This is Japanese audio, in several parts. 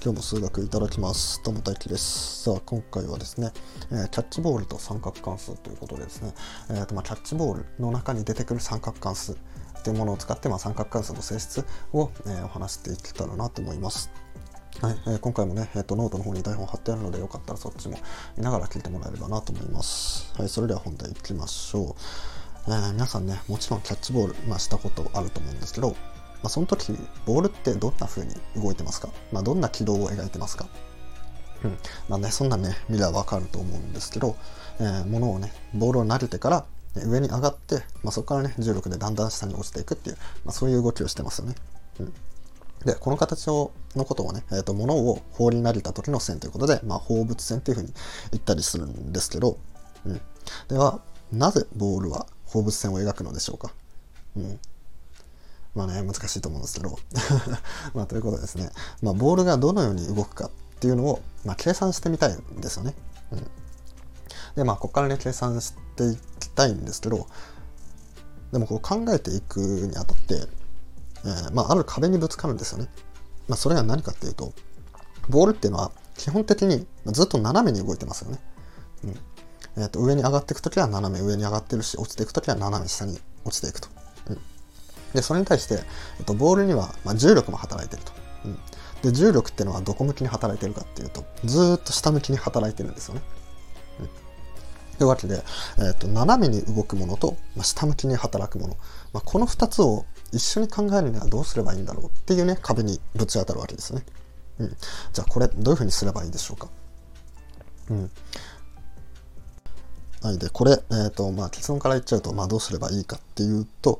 今日も数学いただきます。どうも大輝です。さあ今回はですね、キャッチボールと三角関数ということでですね、キャッチボールの中に出てくる三角関数というものを使って、三角関数の性質を、お話していけたらなと思います。はい、今回もね、ノートの方に台本貼ってあるので、よかったらそっちも見ながら聞いてもらえればなと思います。はい、それでは本題いきましょう。皆さんね、もちろんキャッチボール、したことあると思うんですけど、その時ボールってどんな風に動いてますか？どんな軌道を描いてますか？そんなんね見ればわかると思うんですけど、物をねボールを投げてから上に上がって、そこからね重力でだんだん下に落ちていくっていう、そういう動きをしてますよね。でこの形のことをね、物を放り投げた時の線ということで、放物線っていう風に言ったりするんですけど、ではなぜボールは放物線を描くのでしょうか？難しいと思うんですけどということでですね、ボールがどのように動くかっていうのを、計算してみたいんですよね。でここからね計算していきたいんですけど、でもこう考えていくにあたって、ある壁にぶつかるんですよね。それが何かっていうと、ボールっていうのは基本的にずっと斜めに動いてますよね。上に上がっていくときは斜め上に上がってるし、落ちていくときは斜め下に落ちていくと。でそれに対して、ボールには、重力も働いていると。で重力っていうのはどこ向きに働いているかっていうと、ずーっと下向きに働いてるんですよね。というわけで、斜めに動くものと、下向きに働くもの、この2つを一緒に考えるにはどうすればいいんだろうっていうね壁にぶち当たるわけですね。じゃあこれどういうふうにすればいいでしょうか？はい、でこれ、結論から言っちゃうと、どうすればいいかっていうと、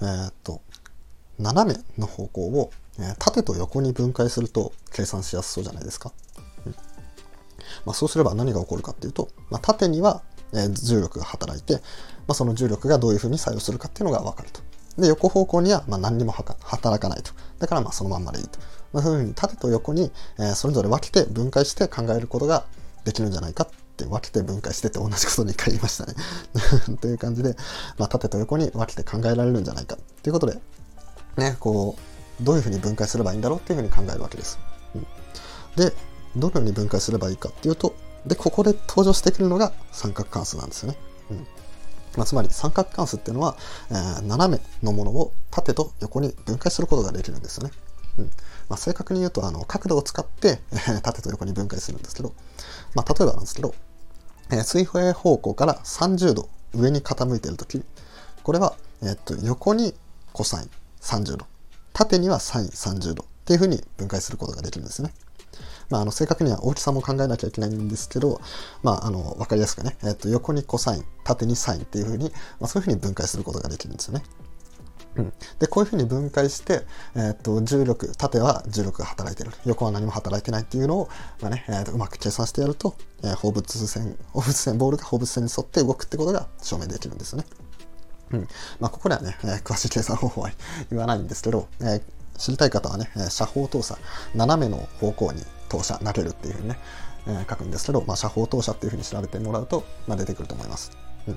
斜めの方向を縦と横に分解すると計算しやすそうじゃないですか。そうすれば何が起こるかっていうと、縦には重力が働いて、その重力がどういうふうに作用するかっていうのが分かると。で横方向には何にも働かないと。だからそのまんまでいいと。そういうふうに縦と横にそれぞれ分けて分解して考えることができるんじゃないかって、分けて分解してって同じことに一回言いましたねという感じで、縦と横に分けて考えられるんじゃないかっていうことでこうどういうふうに分解すればいいんだろうっていうふうに考えるわけです。でどのように分解すればいいかっていうと、でここで登場してくるのが三角関数なんですよね。つまり三角関数っていうのは、斜めのものを縦と横に分解することができるんですよね。正確に言うと角度を使って縦と横に分解するんですけど、例えばなんですけど、水平方向から30度上に傾いているとき、これは、横にコサイン30度、縦にはサイン30度っていうふうに分解することができるんですね。正確には大きさも考えなきゃいけないんですけど、分かりやすくね、横にコサイン、縦にサインっていうふうに、そういうふうに分解することができるんですよね。でこういうふうに分解して、縦は重力が働いている、横は何も働いてないっていうのを、うまく計算してやると、ボールが放物線に沿って動くってことが証明できるんですよね。ここではね、詳しい計算方法は言わないんですけど、知りたい方はね、斜方投射、斜めの方向に投射投げるっていうふうにね、書くんですけど、斜方投射っていうふうに調べてもらうと、出てくると思います。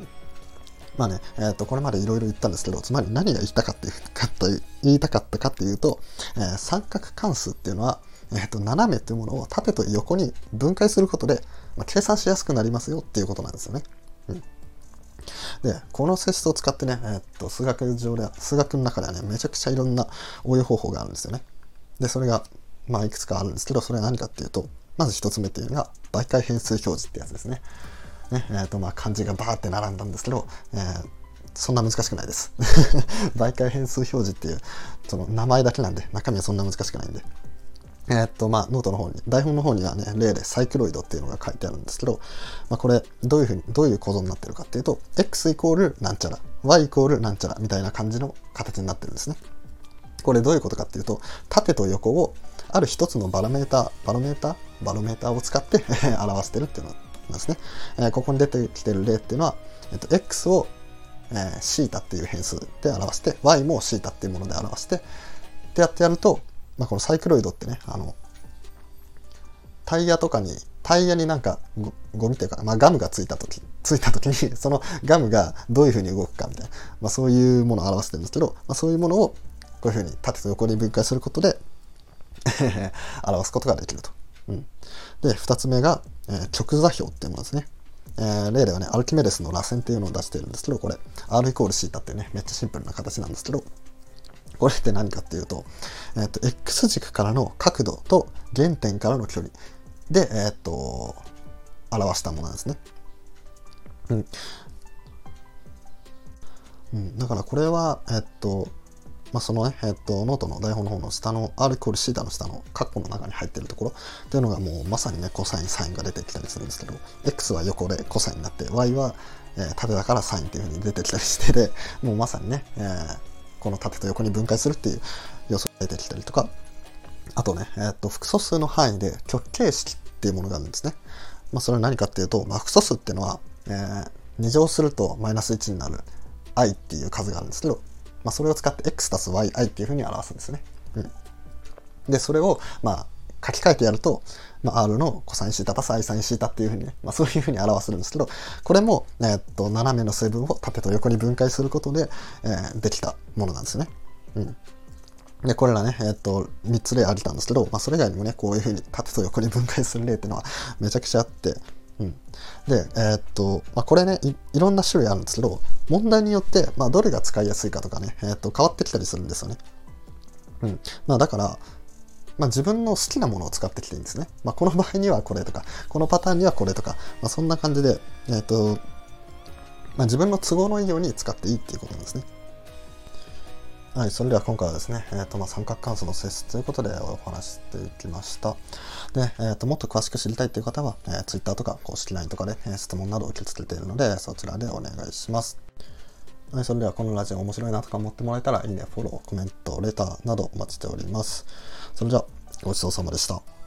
これまでいろいろ言ったんですけど、つまり何が言いたかったかっていうと、三角関数っていうのは、斜めというものを縦と横に分解することで、計算しやすくなりますよっていうことなんですよね。でこの性質を使ってね、数学の中ではねめちゃくちゃいろんな応用方法があるんですよね。でそれがいくつかあるんですけど、それは何かっていうと、まず一つ目っていうのが媒介変数表示ってやつですね。漢字がバーって並んだんですけど、そんな難しくないです媒介変数表示っていうその名前だけなんで、中身はそんな難しくないんで、ノートの方に、台本の方にはね、例でサイクロイドっていうのが書いてあるんですけど、これどういう構造になってるかっていうと、x イコールなんちゃら、y イコールなんちゃらみたいな感じの形になってるんですね。これどういうことかっていうと、縦と横をある一つのバロメーターを使って表してるっていうのなんですね。ここに出てきてる例っていうのは、x をθっていう変数で表して、y もθっていうもので表してってやってやると、このサイクロイドってね、タイヤになんかゴミというか、ガムがついた時にそのガムがどういうふうに動くかみたいな、そういうものを表してるんですけど、そういうものをこういうふうに縦と横に分解することで表すことができると。 で、2つ目が、極座標っていうものですね。例ではね、アルキメデスの螺旋っていうのを出しているんですけど、これ R イコール θ っていうね、めっちゃシンプルな形なんですけど、これって何かっていうと、X 軸からの角度と原点からの距離で、表したものなんですね。だからこれは、そのね、ノートの台本の方の下の R イコール θ の下の括弧の中に入っているところっていうのがもうまさにね、コサイン、サインが出てきたりするんですけど、X は横でコサインになって、Y は、縦だからサインっていう風に出てきたりしてで、もうまさにね、この縦と横に分解するっていう要素が出てきたりとか、あとね、複素数の範囲で極形式っていうものがあるんですね。それは何かっていうと、複素数っていうのは、2乗するとマイナス1になる i っていう数があるんですけど、それを使って x 足す yi っていうふうに表すんですね。で、それを書き換えてやると、r のコサインシータ足す i サインシータっていうふうにね、そういうふうに表せるんですけど、これも、斜めの成分を縦と横に分解することで、できたものなんですね。で、これらね、3つ例挙げたんですけど、それ以外にもね、こういうふうに縦と横に分解する例っていうのはめちゃくちゃあって、で、これねいろんな種類あるんですけど、問題によって、どれが使いやすいかとかね、変わってきたりするんですよね。だから、自分の好きなものを使ってきていいんですね。この場合にはこれとか、このパターンにはこれとか、そんな感じで、自分の都合のいいように使っていいっていうことなんですね。はい、それでは今回はですね、三角関数の性質ということでお話ししていきました。で、もっと詳しく知りたいという方は、Twitter とか公式 LINE とかで、質問などを受け付けているので、そちらでお願いします。はい、それではこのラジオ面白いなとか思ってもらえたら、いいね、フォロー、コメント、レターなどお待ちしております。それじゃあ、ごちそうさまでした。